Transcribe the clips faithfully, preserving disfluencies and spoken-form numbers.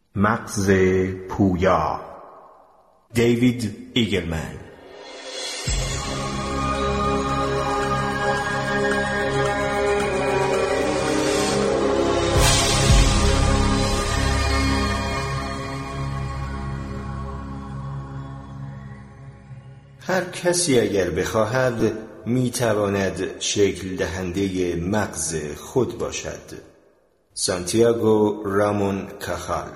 مغز پویا، دیوید ایگلمن. هر کسی اگر بخواهد میتواند شکل دهنده مغز خود باشد. سانتیاگو رامون کاخال.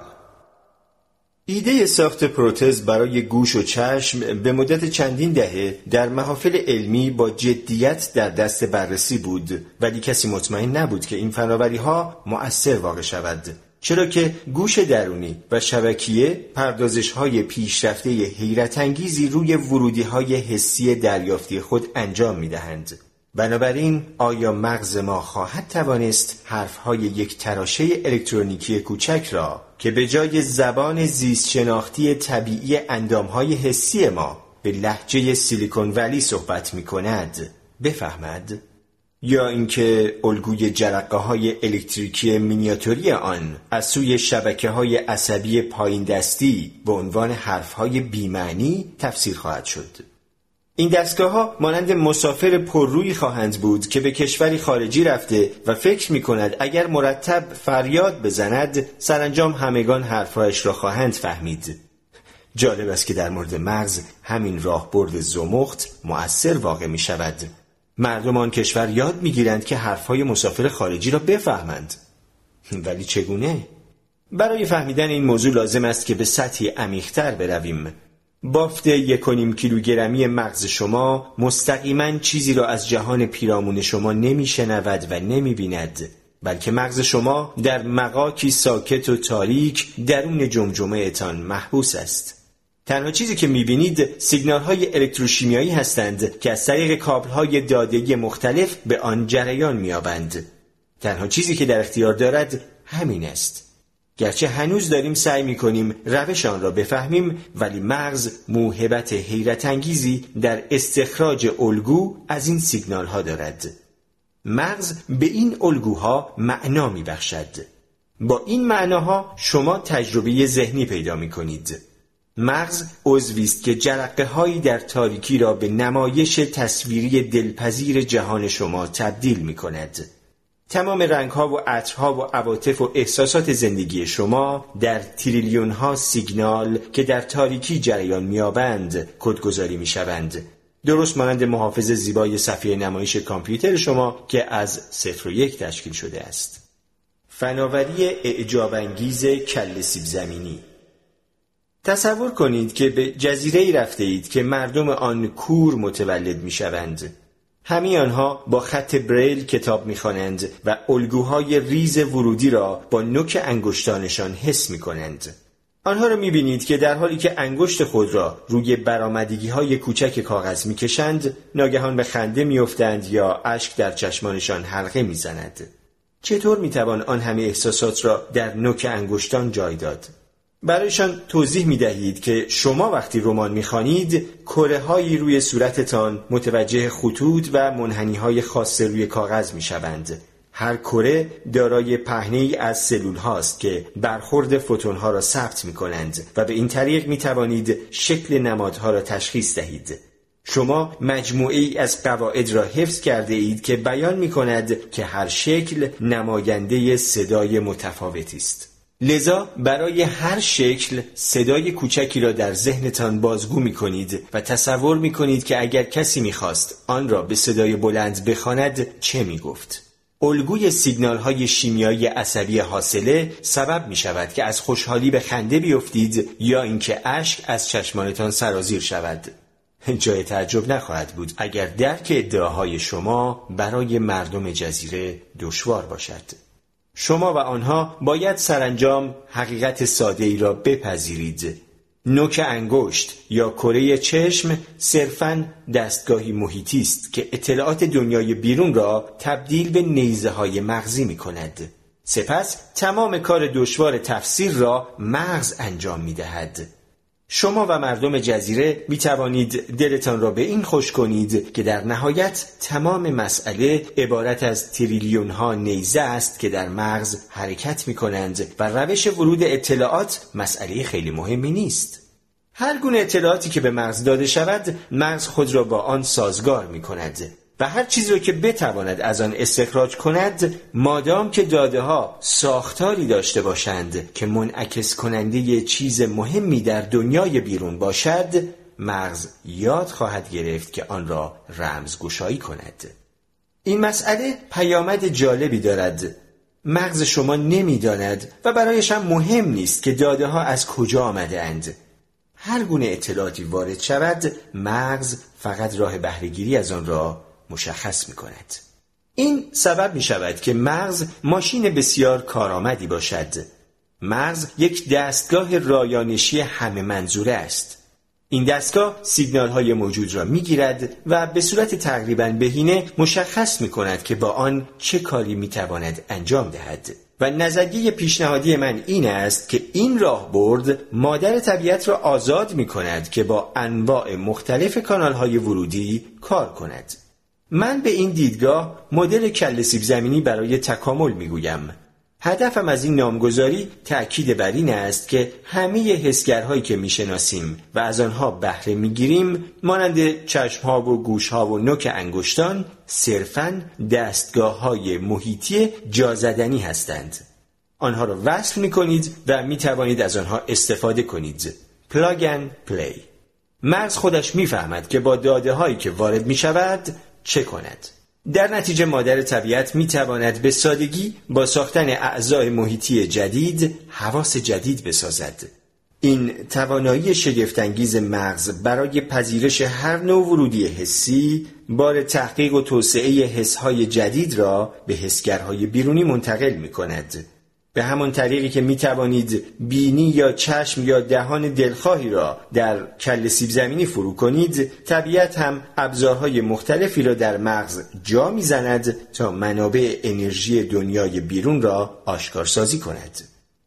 ایده ساخت پروتز برای گوش و چشم به مدت چندین دهه در محافل علمی با جدیت در دست بررسی بود، ولی کسی مطمئن نبود که این فناوری‌ها مؤثر واقع شود، چرا که گوش درونی و شبکیه پردازش‌های پیشرفته حیرت انگیزی روی ورودی‌های حسی دریافتی خود انجام می‌دهند. بنابراین آیا مغز ما خواهد توانست حرف‌های یک تراشه الکترونیکی کوچک را که به جای زبان زیست شناختی طبیعی اندام‌های حسی ما به لهجه سیلیکون ولی صحبت می‌کند بفهمد؟ یا اینکه الگوی جرقه‌های الکتریکی مینیاتوری آن از سوی شبکه‌های عصبی پایین دستی به عنوان حرف‌های بی‌معنی تفسیر خواهد شد؟ این دستگاه‌ها مانند مسافر پررویی خواهند بود که به کشوری خارجی رفته و فکر می‌کند اگر مرتب فریاد بزند سرانجام همگان حرف‌هایش را خواهند فهمید. جالب است که در مورد مغز همین راهبرد زمخت مؤثر واقع می‌شود. مردم آن کشور یاد می‌گیرند که حرف‌های مسافر خارجی را بفهمند. ولی چگونه؟ برای فهمیدن این موضوع لازم است که به سطحی عمیق‌تر برویم. بافت یک و نیم کیلوگرمی مغز شما مستقیما چیزی را از جهان پیرامون شما نمی‌شنود و نمی‌بیند، بلکه مغز شما در مغاکی ساکت و تاریک درون جمجمه اتان محبوس است. تنها چیزی که می‌بینید سیگنال‌های الکتروشیمیایی هستند که از طریق کابل‌های داده‌ای مختلف به آن جریان می‌یابند. تنها چیزی که در اختیار دارد همین است. گرچه هنوز داریم سعی می‌کنیم روش آن را بفهمیم، ولی مغز موهبت حیرت انگیزی در استخراج الگو از این سیگنال‌ها دارد. مغز به این الگوها معنا می‌بخشد. با این معناها شما تجربه ذهنی پیدا می‌کنید. مغز عضوی است که جرقه‌هایی در تاریکی را به نمایش تصویری دلپذیر جهان شما تبدیل می‌کند. تمام رنگ‌ها و عطرها و عواطف و احساسات زندگی شما در تریلیون‌ها سیگنال که در تاریکی جریان می‌یابند کدگذاری می‌شوند، درست مانند محافظ زیبای صفحه نمایش کامپیوتر شما که از صفر و یک تشکیل شده است. فناوری اعجاب‌انگیز کله سیب زمینی. تصور کنید که به جزیره‌ای رفته اید که مردم آن کور متولد می‌شوند. همه آنها با خط بریل کتاب می‌خوانند و الگوهای ریز ورودی را با نوک انگشتانشان حس می‌کنند. آنها را می‌بینید که در حالی که انگشت خود را روی برآمدگی‌های کوچک کاغذ می‌کشند، ناگهان به خنده می‌افتند یا اشک در چشمانشان حلقه می‌زند. چطور می‌توان آن همه احساسات را در نوک انگشتان جای داد؟ برایشان توضیح می دهید که شما وقتی رمان می خوانید کره هایی روی صورتتان متوجه خطوط و منحنی های خاص روی کاغذ می شوند. هر کره دارای پهنه‌ای از سلول هاست که برخورد فوتون ها را ثبت می کنند و به این طریق می توانید شکل نمادها را تشخیص دهید. شما مجموعه‌ای از قواعد را حفظ کرده اید که بیان می کند که هر شکل نماینده صدای متفاوتی است. لذا برای هر شکل صدای کوچکی را در ذهنتان بازگو می کنید و تصور می کنید که اگر کسی می خواست آن را به صدای بلند بخواند چه می گفت. الگوی سیگنال های شیمیایی عصبی حاصله سبب می شود که از خوشحالی به خنده بیفتید یا اینکه اشک از چشمانتان سرازیر شود. جای تعجب نخواهد بود اگر درک ادعاهای شما برای مردم جزیره دشوار باشد. شما و آنها باید سرانجام حقیقت ساده ای را بپذیرید. نوک انگشت یا کره چشم صرفاً دستگاهی محیطی است که اطلاعات دنیای بیرون را تبدیل به نیزه های مغزی می کند. سپس تمام کار دشوار تفسیر را مغز انجام می دهد. شما و مردم جزیره می توانید دلتان را به این خوش کنید که در نهایت تمام مسئله عبارت از تریلیون ها نیزه است که در مغز حرکت می کنند و روش ورود اطلاعات مسئله خیلی مهمی نیست. هر گونه اطلاعاتی که به مغز داده شود، مغز خود را با آن سازگار می کند و هر چیزی را که بتواند از آن استخراج کند، مادام که داده ها ساختاری داشته باشند که منعکس کننده ی چیز مهمی در دنیای بیرون باشد، مغز یاد خواهد گرفت که آن را رمزگشایی کند. این مسئله پیامد جالبی دارد. مغز شما نمی‌داند و برایش هم مهم نیست که داده ها از کجا آمده اند. هر گونه اطلاعاتی وارد شود، مغز فقط راه بهره‌گیری از آن را مشخص می کند. این سبب می شود که مغز ماشین بسیار کارآمدی باشد. مغز یک دستگاه رایانشی همه منظوره است. این دستگاه سیگنال های موجود را می گیرد و به صورت تقریباً بهینه مشخص می کند که با آن چه کاری می تواند انجام دهد. و نظریه پیشنهادی من این است که این راهبرد مادر طبیعت را آزاد می کند که با انواع مختلف کانال های ورودی کار کند. من به این دیدگاه مدل کله سیب زمینی برای تکامل میگویم. هدفم از این نامگذاری تأکید بر این است که همه حسگرهایی که میشناسیم و از آنها بهره میگیریم، مانند چشمها و گوشها و نوک انگشتان، صرفاً دستگاه‌های محیطی جازدنی هستند. آنها را وصل میکنید و میتوانید از آنها استفاده کنید. پلاگ اند پلی. مغز خودش میفهمد که با داده هایی که وارد میشود چه کند. در نتیجه مادر طبیعت می تواند به سادگی با ساختن اعضای محیطی جدید حواس جدید بسازد. این توانایی شگفت‌انگیز مغز برای پذیرش هر نوع ورودی حسی، بار تحقیق و توسعه حس‌های جدید را به حسگرهای بیرونی منتقل می کند. به همان طریقی که می توانید بینی یا چشم یا دهان دلخواهی را در کله سیب زمینی فرو کنید، طبیعت هم ابزارهای مختلفی را در مغز جا می زند تا منابع انرژی دنیای بیرون را آشکارسازی کند.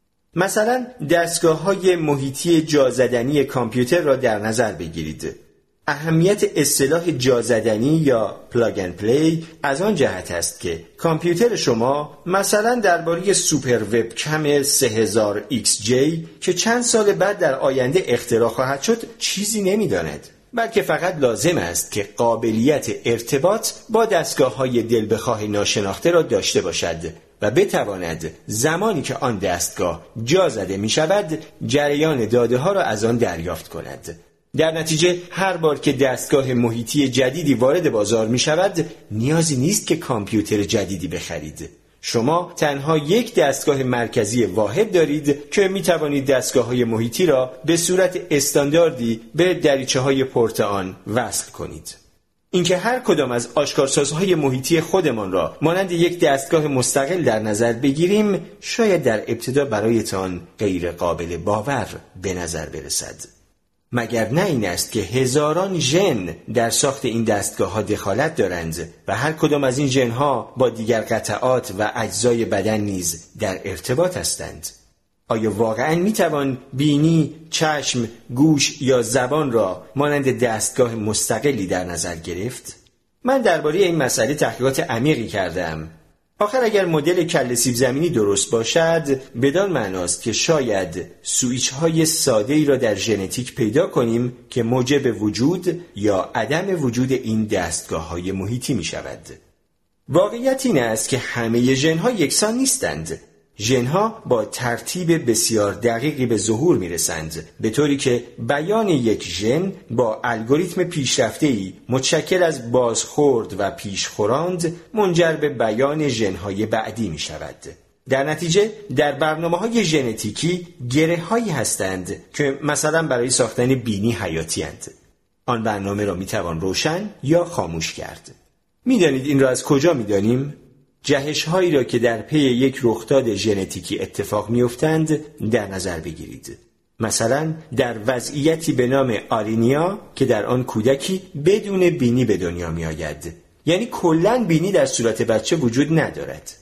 مثلا دستگاه‌های محیطی جازدنی کامپیوتر را در نظر بگیرید. اهمیت اصطلاح جازدنی یا پلاگ اند پلی از آن جهت است که کامپیوتر شما مثلا درباره سوپر وب کم سه هزار ایکس جی که چند سال بعد در آینده اختراع خواهد شد چیزی نمی‌داند، بلکه فقط لازم است که قابلیت ارتباط با دستگاه‌های دل بخواه ناشناخته را داشته باشد و بتواند زمانی که آن دستگاه جا زده می شود جریان داده ها را از آن دریافت کند. در نتیجه هر بار که دستگاه محیطی جدیدی وارد بازار می شود نیازی نیست که کامپیوتر جدیدی بخرید. شما تنها یک دستگاه مرکزی واحد دارید که می توانید دستگاه های محیطی را به صورت استانداردی به دریچه های پورت آن وصل کنید. اینکه هر کدام از آشکارسازهای محیطی خودمان را مانند یک دستگاه مستقل در نظر بگیریم شاید در ابتدا برایتان غیر قابل باور به نظر برسد. مگر نه این است که هزاران ژن در ساخت این دستگاه ها دخالت دارند و هر کدام از این ژن ها با دیگر قطعات و اجزای بدن نیز در ارتباط هستند؟ آیا واقعاً میتوان بینی، چشم، گوش یا زبان را مانند دستگاه مستقلی در نظر گرفت؟ من درباره این مسئله تحقیقات عمیقی کردم. آخر اگر مدل کله سیب زمینی درست باشد، بدان معناست که شاید سوئیچ های ساده ای را در ژنتیک پیدا کنیم که موجب وجود یا عدم وجود این دستگاه های محیطی می شود. واقعیت این است که همه ژن ها یکسان نیستند. ژن‌ها با ترتیب بسیار دقیقی به ظهور می‌رسند، به طوری که بیان یک ژن با الگوریتم پیشرفته‌ای متشکل از بازخورد و پیشخوراند منجر به بیان ژن‌های بعدی می‌شود. در نتیجه در برنامه‌های ژنتیکی گره‌هایی هستند که مثلا برای ساختن بینی حیاتی‌اند. آن برنامه را می‌توان روشن یا خاموش کرد. می‌دانید این را از کجا می‌دانیم؟ جهش هایی را که در پی یک رخداد ژنتیکی اتفاق میافتند در نظر بگیرید. مثلا در وضعیتی به نام آرینیا که در آن کودکی بدون بینی به دنیا می آید. یعنی کلاً بینی در صورت بچه وجود ندارد.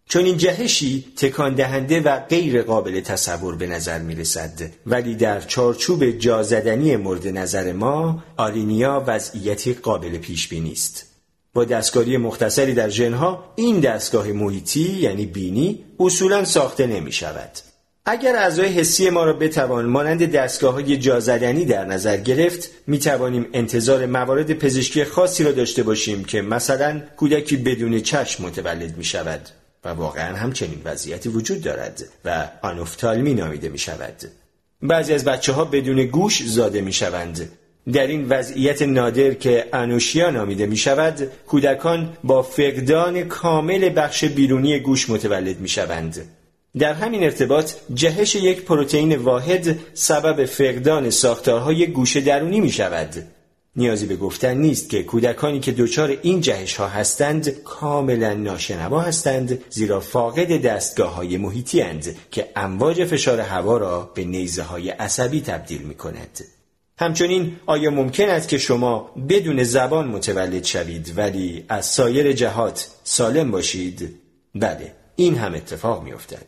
چون این جهشی تکان دهنده و غیر قابل تصور به نظر می رسد، ولی در چارچوب جازدنی مورد نظر ما آرینیا وضعیتی قابل پیش بینی است. با دستکاری مختصری در ژن‌ها این دستگاه محیطی یعنی بینی اصولاً ساخته نمی شود. اگر اعضای حسی ما را بتوان مانند دستگاه‌های جازدنی در نظر گرفت، می توانیم انتظار موارد پزشکی خاصی را داشته باشیم که مثلا کودکی بدون چشم متولد می شود و واقعا هم چنین وضعیتی وجود دارد و آنوفتالمی نامیده می شود. بعضی از بچه ها بدون گوش زاده می شوند. در این وضعیت نادر که انوشیا نامیده می شود، کودکان با فقدان کامل بخش بیرونی گوش متولد می شوند. در همین ارتباط جهش یک پروتئین واحد سبب فقدان ساختارهای گوش درونی می شود. نیازی به گفتن نیست که کودکانی که دچار این جهش ها هستند کاملا ناشنوا هستند، زیرا فاقد دستگاه های محیطی اند که امواج فشار هوا را به نیزه های عصبی تبدیل می کند. همچنین آیا ممکن است که شما بدون زبان متولد شوید ولی از سایر جهات سالم باشید؟ بله، این هم اتفاق می افتد.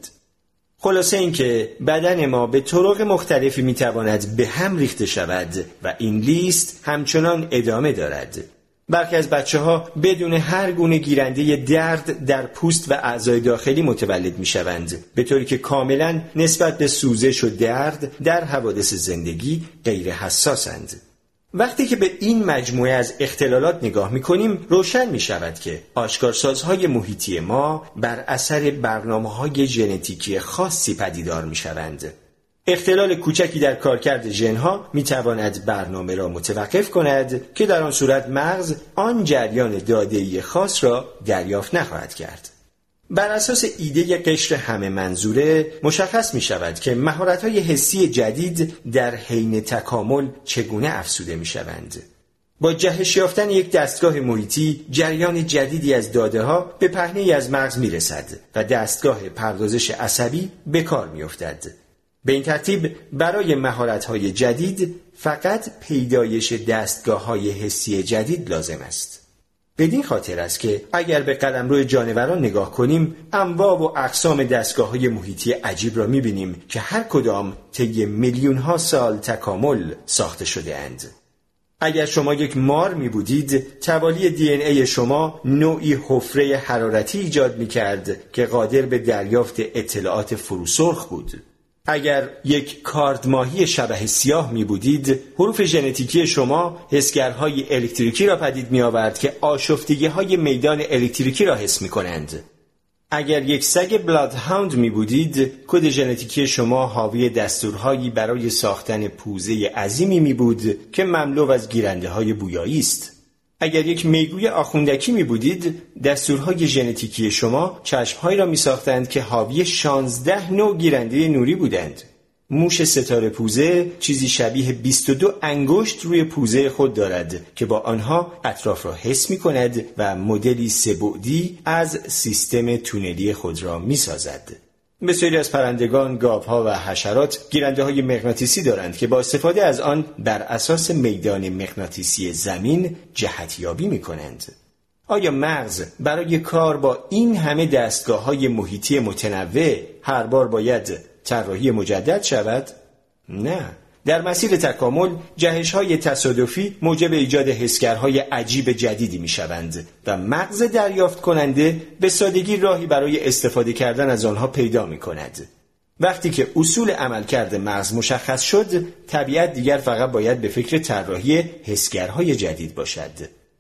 خلاصه این که بدن ما به طرق مختلفی می تواند به هم ریخته شود و این لیست همچنان ادامه دارد. برخی از بچه ها بدون هر گونه گیرنده درد در پوست و اعضای داخلی متولد می شوند، به طوری که کاملا نسبت به سوزش و درد در حوادث زندگی غیر حساسند. وقتی که به این مجموعه از اختلالات نگاه می کنیم، روشن می شود که آشکارسازهای محیطی ما بر اثر برنامه‌های ژنتیکی خاصی پدیدار می شوند. اختلال کوچکی در کارکرد ژن‌ها می تواند برنامه را متوقف کند که در آن صورت مغز آن جریان داده‌ای خاص را دریافت نخواهد کرد. بر اساس ایده قشر همه منظوره مشخص می شود که مهارت‌های حسی جدید در حین تکامل چگونه افزوده می شوند. با جهش یافتن یک دستگاه محیطی جریان جدیدی از داده‌ها به پهنه‌ای از مغز می رسد و دستگاه پردازش عصبی به کار می افتد. به این ترتیب برای مهارت‌های جدید فقط پیدایش دستگاه‌های حسی جدید لازم است. بدین خاطر است که اگر به قلمرو جانوران نگاه کنیم، انواع و اقسام دستگاه‌های محیطی عجیب را می‌بینیم که هر کدام طی میلیون‌ها سال تکامل ساخته شده اند. اگر شما یک مار می‌بودید، توالی دی ان ای شما نوعی حفره حرارتی ایجاد می‌کرد که قادر به دریافت اطلاعات فروسرخ بود. اگر یک کاردماهی شبح سیاه می بودید، حروف ژنتیکی شما حسگرهای الکتریکی را پدید می آورد که آشفتگی های میدان الکتریکی را حس می کنند. اگر یک سگ بلاد هاوند می بودید، کد ژنتیکی شما حاوی دستورهایی برای ساختن پوزه عظیمی می بود که مملو از گیرنده های بویایی است. اگر یک میگوی آخوندکی می بودید، دستورهای ژنتیکی شما چشمهایی را می ساختند که حاوی شانزده نوع گیرنده نوری بودند. موش ستاره پوزه چیزی شبیه بیست و دو انگشت روی پوزه خود دارد که با آنها اطراف را حس می کند و مدلی سه‌بعدی از سیستم تونلی خود را می سازد. بسیاری از پرندگان، گاوها و حشرات گیرنده‌های مغناطیسی دارند که با استفاده از آن بر اساس میدان مغناطیسی زمین جهتیابی می‌کنند. آیا مغز برای کار با این همه دستگاه‌های محیطی متنوع هر بار باید طراحی مجدد شود؟ نه. در مسیر تکامل جهش‌های تصادفی موجب ایجاد حسگرهای عجیب جدیدی می‌شوند و مغز دریافت کننده به سادگی راهی برای استفاده کردن از آنها پیدا می‌کند. وقتی که اصول عملکرد مغز مشخص شد، طبیعت دیگر فقط باید به فکر طراحی حسگرهای جدید باشد.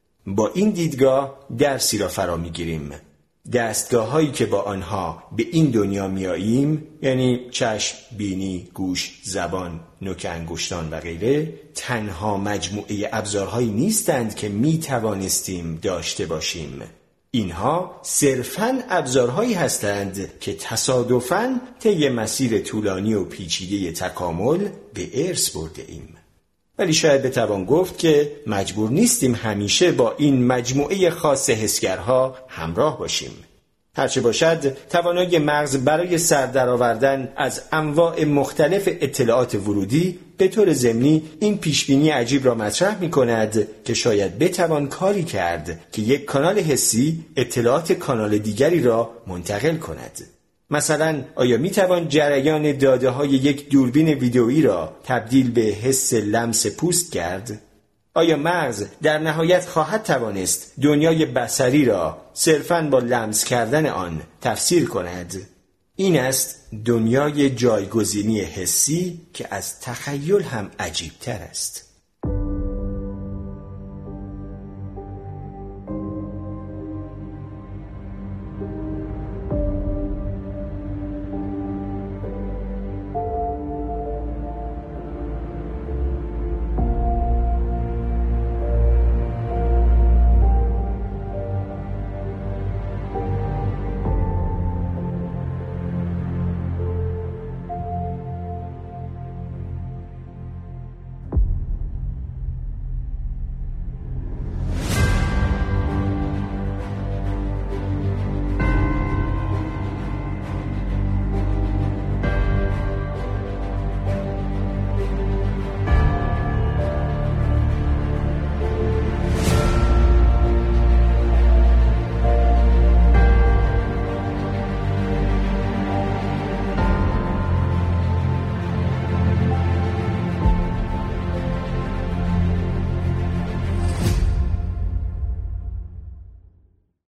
با این دیدگاه درسی را فرا می‌گیریم. دستگاه هایی که با آنها به این دنیا میاییم، یعنی چشم، بینی، گوش، زبان، نوک انگشتان و غیره، تنها مجموعه ابزارهایی نیستند که می توانستیم داشته باشیم. اینها صرفاً ابزارهایی هستند که تصادفاً طی مسیر طولانی و پیچیده تکامل به ارث برده ایم. ولی شاید بتوان گفت که مجبور نیستیم همیشه با این مجموعه خاص حسگرها همراه باشیم. هرچه باشد، توانایی مغز برای سر درآوردن از انواع مختلف اطلاعات ورودی به طور ضمنی این پیشبینی عجیب را مطرح می کند که شاید بتوان کاری کرد که یک کانال حسی اطلاعات کانال دیگری را منتقل کند. مثلا آیا می توان جریان داده های یک دوربین ویدئویی را تبدیل به حس لمس پوست کرد؟ آیا مغز در نهایت خواهد توانست دنیای بصری را صرفاً با لمس کردن آن تفسیر کند؟ این است دنیای جایگزینی حسی که از تخیل هم عجیب‌تر است.